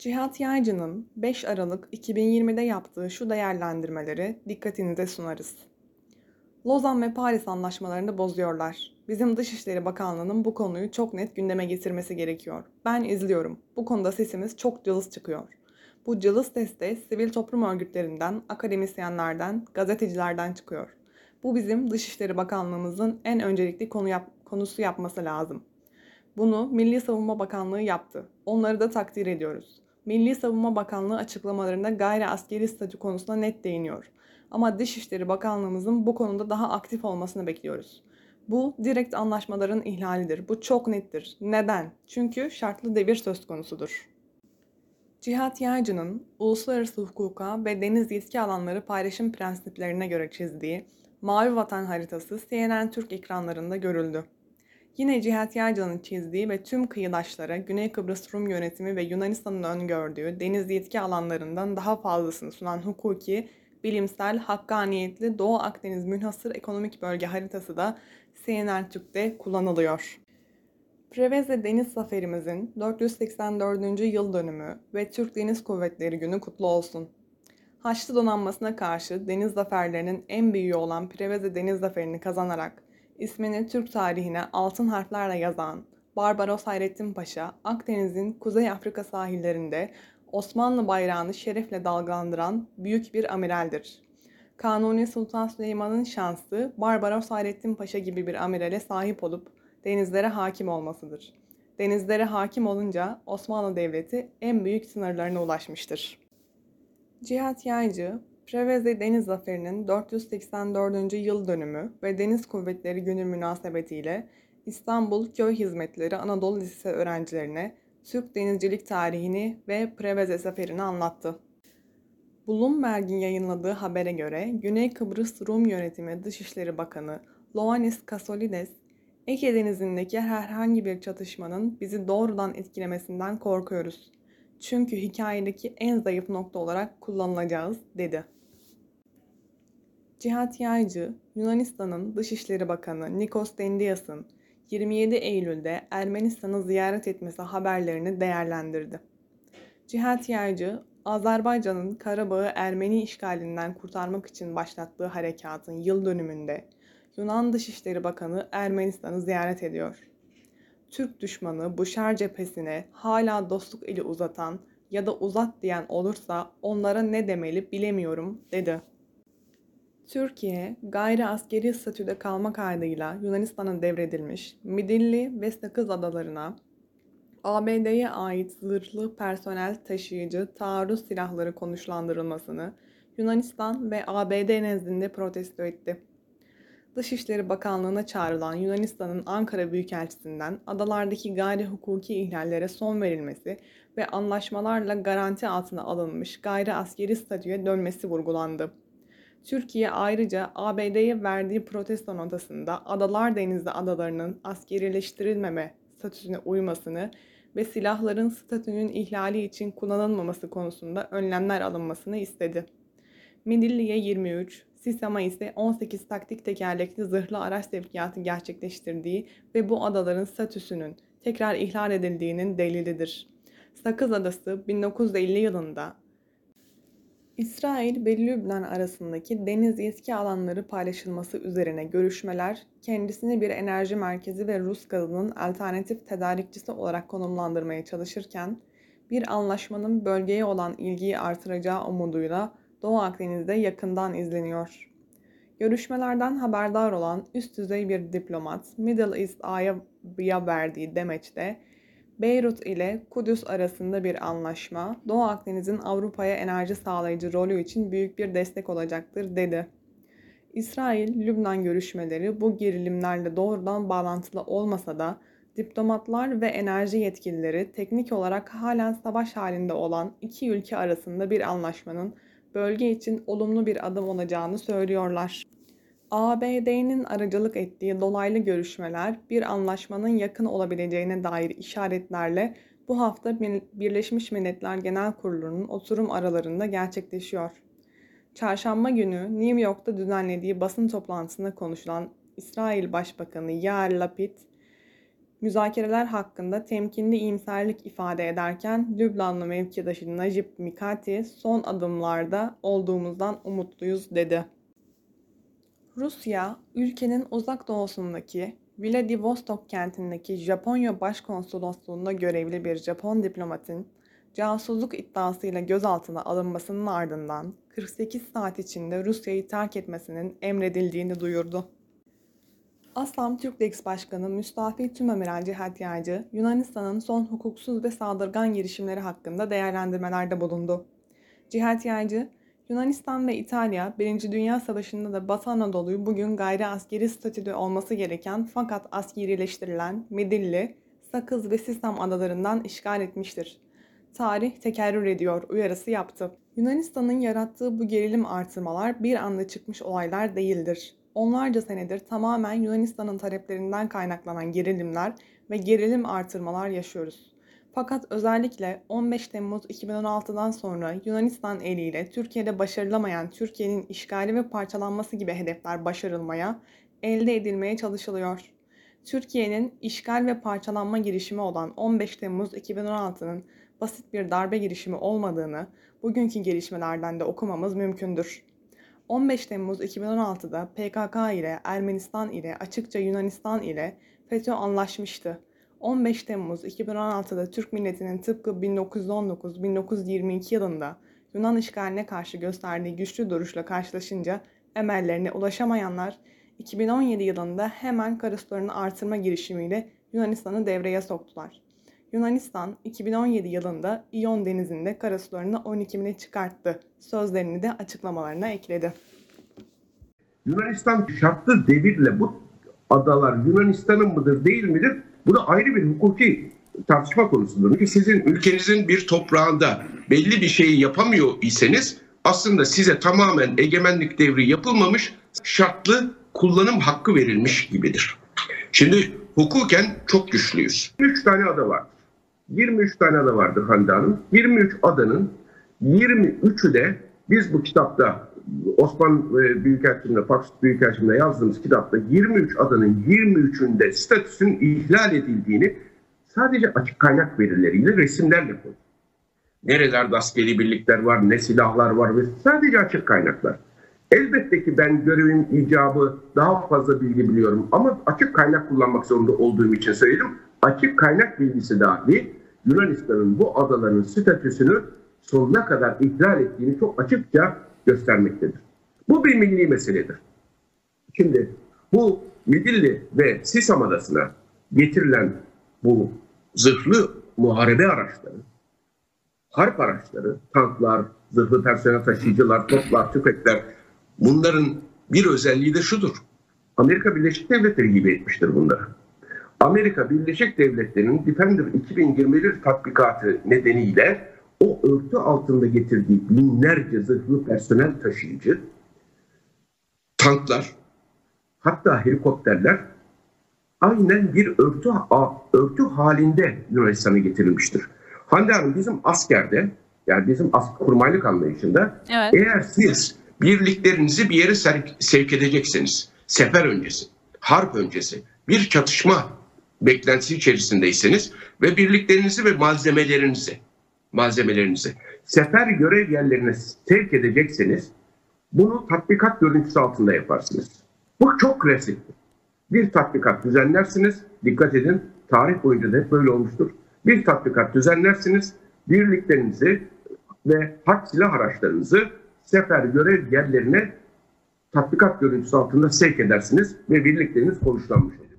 Cihat Yaycı'nın 5 Aralık 2020'de yaptığı şu değerlendirmeleri dikkatinize sunarız. Lozan ve Paris anlaşmalarını bozuyorlar. Bizim Dışişleri Bakanlığı'nın bu konuyu çok net gündeme getirmesi gerekiyor. Ben izliyorum. Bu konuda sesimiz çok cılız çıkıyor. Bu cılız ses de sivil toplum örgütlerinden, akademisyenlerden, gazetecilerden çıkıyor. Bu bizim Dışişleri Bakanlığımızın en öncelikli konusu yapması lazım. Bunu Milli Savunma Bakanlığı yaptı. Onları da takdir ediyoruz. Milli Savunma Bakanlığı açıklamalarında gayri askeri statü konusuna net değiniyor. Ama Dışişleri Bakanlığımızın bu konuda daha aktif olmasını bekliyoruz. Bu direkt anlaşmaların ihlalidir. Bu çok nettir. Neden? Çünkü şartlı devir söz konusudur. Cihat Yaycı'nın uluslararası hukuka ve deniz yetki alanları paylaşım prensiplerine göre çizdiği Mavi Vatan haritası CNN Türk ekranlarında görüldü. Yine Cihat Yaycı'nın çizdiği ve tüm kıyıdaşlara Güney Kıbrıs Rum yönetimi ve Yunanistan'ın öngördüğü deniz yetki alanlarından daha fazlasını sunan hukuki, bilimsel, hakkaniyetli Doğu Akdeniz münhasır ekonomik bölge haritası da CNN Türk'te kullanılıyor. Preveze Deniz Zaferimizin 484. yıl dönümü ve Türk Deniz Kuvvetleri Günü kutlu olsun. Haçlı donanmasına karşı deniz zaferlerinin en büyüğü olan Preveze Deniz Zaferi'ni kazanarak ismini Türk tarihine altın harflerle yazan Barbaros Hayrettin Paşa, Akdeniz'in Kuzey Afrika sahillerinde Osmanlı bayrağını şerefle dalgalandıran büyük bir amiraldir. Kanuni Sultan Süleyman'ın şansı Barbaros Hayrettin Paşa gibi bir amirale sahip olup denizlere hakim olmasıdır. Denizlere hakim olunca Osmanlı Devleti en büyük sınırlarına ulaşmıştır. Cihat Yaycı, Preveze Deniz Zaferi'nin 484. yıl dönümü ve Deniz Kuvvetleri Günü münasebetiyle İstanbul Köy Hizmetleri Anadolu Lisesi öğrencilerine Türk denizcilik tarihini ve Preveze Zaferi'ni anlattı. Bloomberg'in yayınladığı habere göre Güney Kıbrıs Rum Yönetimi Dışişleri Bakanı Ioannis Kasoulides, Ege Denizi'ndeki herhangi bir çatışmanın bizi doğrudan etkilemesinden korkuyoruz. Çünkü hikayedeki en zayıf nokta olarak kullanılacağız, dedi. Cihat Yaycı, Yunanistan'ın Dışişleri Bakanı Nikos Dendias'ın 27 Eylül'de Ermenistan'ı ziyaret etmesi haberlerini değerlendirdi. Cihat Yaycı, Azerbaycan'ın Karabağ'ı Ermeni işgalinden kurtarmak için başlattığı harekatın yıl dönümünde Yunan Dışişleri Bakanı Ermenistan'ı ziyaret ediyor. Türk düşmanı Buşar cephesine hala dostluk eli uzatan ya da uzat diyen olursa onlara ne demeli bilemiyorum, dedi. Türkiye, gayri askeri statüde kalma kaydıyla Yunanistan'a devredilmiş Midilli ve Sakız Adalarına ABD'ye ait zırhlı personel taşıyıcı taarruz silahları konuşlandırılmasını Yunanistan ve ABD nezdinde protesto etti. Dışişleri Bakanlığı'na çağrılan Yunanistan'ın Ankara Büyükelçisi'nden adalardaki gayri hukuki ihlallere son verilmesi ve anlaşmalarla garanti altına alınmış gayri askeri statüye dönmesi vurgulandı. Türkiye ayrıca ABD'ye verdiği protesto notasında Adalar Denizi adalarının askerileştirilmeme statüsüne uymasını ve silahların statünün ihlali için kullanılmaması konusunda önlemler alınmasını istedi. Midilli'ye 23, Sisam'a ise 18 taktik tekerlekli zırhlı araç sevkiyatı gerçekleştirdiği ve bu adaların statüsünün tekrar ihlal edildiğinin delilidir. Sakız Adası 1950 yılında İsrail ve Lübnan arasındaki deniz yetki alanları paylaşılması üzerine görüşmeler, kendisini bir enerji merkezi ve Rus gazının alternatif tedarikçisi olarak konumlandırmaya çalışırken, bir anlaşmanın bölgeye olan ilgiyi artıracağı umuduyla Doğu Akdeniz'de yakından izleniyor. Görüşmelerden haberdar olan üst düzey bir diplomat, Middle East Eye'ya verdiği demeçte, Beyrut ile Kudüs arasında bir anlaşma, Doğu Akdeniz'in Avrupa'ya enerji sağlayıcı rolü için büyük bir destek olacaktır, dedi. İsrail-Lübnan görüşmeleri bu gerilimlerle doğrudan bağlantılı olmasa da, diplomatlar ve enerji yetkilileri teknik olarak halen savaş halinde olan iki ülke arasında bir anlaşmanın bölge için olumlu bir adım olacağını söylüyorlar. ABD'nin aracılık ettiği dolaylı görüşmeler bir anlaşmanın yakın olabileceğine dair işaretlerle bu hafta Birleşmiş Milletler Genel Kurulu'nun oturum aralarında gerçekleşiyor. Çarşamba günü New York'ta düzenlediği basın toplantısında konuşulan İsrail Başbakanı Yair Lapid, Müzakereler hakkında temkinli iyimserlik ifade ederken Lübnanlı mevkidaşı Najib Mikati son adımlarda olduğumuzdan umutluyuz dedi. Rusya, ülkenin uzak doğusundaki Vladivostok kentindeki Japonya Başkonsolosluğu'nda görevli bir Japon diplomatın casusluk iddiasıyla gözaltına alınmasının ardından 48 saat içinde Rusya'yı terk etmesinin emredildiğini duyurdu. Aslam Türklex Başkanı Müstafi Tümamiral Cihat Yaycı, Yunanistan'ın son hukuksuz ve saldırgan girişimleri hakkında değerlendirmelerde bulundu. Cihat Yaycı, Yunanistan ve İtalya, 1. Dünya Savaşı'nda da Batı Anadolu'yu bugün gayri askeri statüde olması gereken fakat askerileştirilen Midilli, Sakız ve Sisam adalarından işgal etmiştir. Tarih tekerrür ediyor uyarısı yaptı. Yunanistan'ın yarattığı bu gerilim artırmalar bir anda çıkmış olaylar değildir. Onlarca senedir tamamen Yunanistan'ın taleplerinden kaynaklanan gerilimler ve gerilim artırmalar yaşıyoruz. Fakat özellikle 15 Temmuz 2016'dan sonra Yunanistan eliyle Türkiye'de başarılamayan Türkiye'nin işgali ve parçalanması gibi hedefler başarılmaya, elde edilmeye çalışılıyor. Türkiye'nin işgal ve parçalanma girişimi olan 15 Temmuz 2016'nın basit bir darbe girişimi olmadığını bugünkü gelişmelerden de okumamız mümkündür. 15 Temmuz 2016'da PKK ile Ermenistan ile açıkça Yunanistan ile FETÖ anlaşmıştı. 15 Temmuz 2016'da Türk milletinin tıpkı 1919-1922 yılında Yunan işgaline karşı gösterdiği güçlü duruşla karşılaşınca emellerine ulaşamayanlar 2017 yılında hemen karasularını artırma girişimiyle Yunanistan'ı devreye soktular. Yunanistan 2017 yılında İyon Denizi'nde karasularını 12'ine çıkarttı. Sözlerini de açıklamalarına ekledi. Yunanistan şartlı devirle bu adalar Yunanistan'ın mıdır değil midir? Bu da ayrı bir hukuki tartışma konusudur. Çünkü sizin ülkenizin bir toprağında belli bir şeyi yapamıyor iseniz aslında size tamamen egemenlik devri yapılmamış, şartlı kullanım hakkı verilmiş gibidir. Şimdi hukuken çok güçlüyüz. 3 tane ada var. 23 tane ada vardır Hande Hanım. 23 adanın 23'ü de biz bu kitapta Osman Büyükelçim'le, Faks Büyükelçim'le yazdığımız kitapta 23 adanın 23'ünde statüsünün ihlal edildiğini sadece açık kaynak verileriyle, resimlerle koyduk. Nerelerde askeri birlikler var, ne silahlar var ve sadece açık kaynaklar. Elbette ki ben görevin icabı daha fazla bilgi biliyorum ama açık kaynak kullanmak zorunda olduğum için söyledim. Açık kaynak bilgisi dahi Yunanistan'ın bu adaların statüsünü sonuna kadar ihlal ettiğini çok açıkça göstermektedir. Bu bir milli meseledir. Şimdi bu Midilli ve Sisam Adası'na getirilen bu zırhlı muharebe araçları, harp araçları, tanklar, zırhlı personel taşıyıcılar, toplar, tüfekler, bunların bir özelliği de şudur. Amerika Birleşik Devletleri gibi etmiştir bunları. Amerika Birleşik Devletleri'nin Defender 2021 tatbikatı nedeniyle o örtü altında getirdiği binlerce zırhlı personel taşıyıcı, tanklar, hatta helikopterler aynen bir örtü halinde Yunanistan'a getirilmiştir. Hande Hanım, bizim askerde, yani bizim kurmaylık anlayışında, evet, eğer siz birliklerinizi bir yere sevk edecekseniz, sefer öncesi, harp öncesi, bir çatışma beklentisi içerisindeyseniz ve birliklerinizi ve malzemelerinizi sefer görev yerlerine sevk edecekseniz bunu tatbikat görüntüsü altında yaparsınız. Bu çok klasiktir. Bir tatbikat düzenlersiniz, dikkat edin, tarih boyunca da hep böyle olmuştur. Bir tatbikat düzenlersiniz, birliklerinizi ve harp silah araçlarınızı sefer görev yerlerine tatbikat görüntüsü altında sevk edersiniz ve birlikleriniz konuşlanmış olur.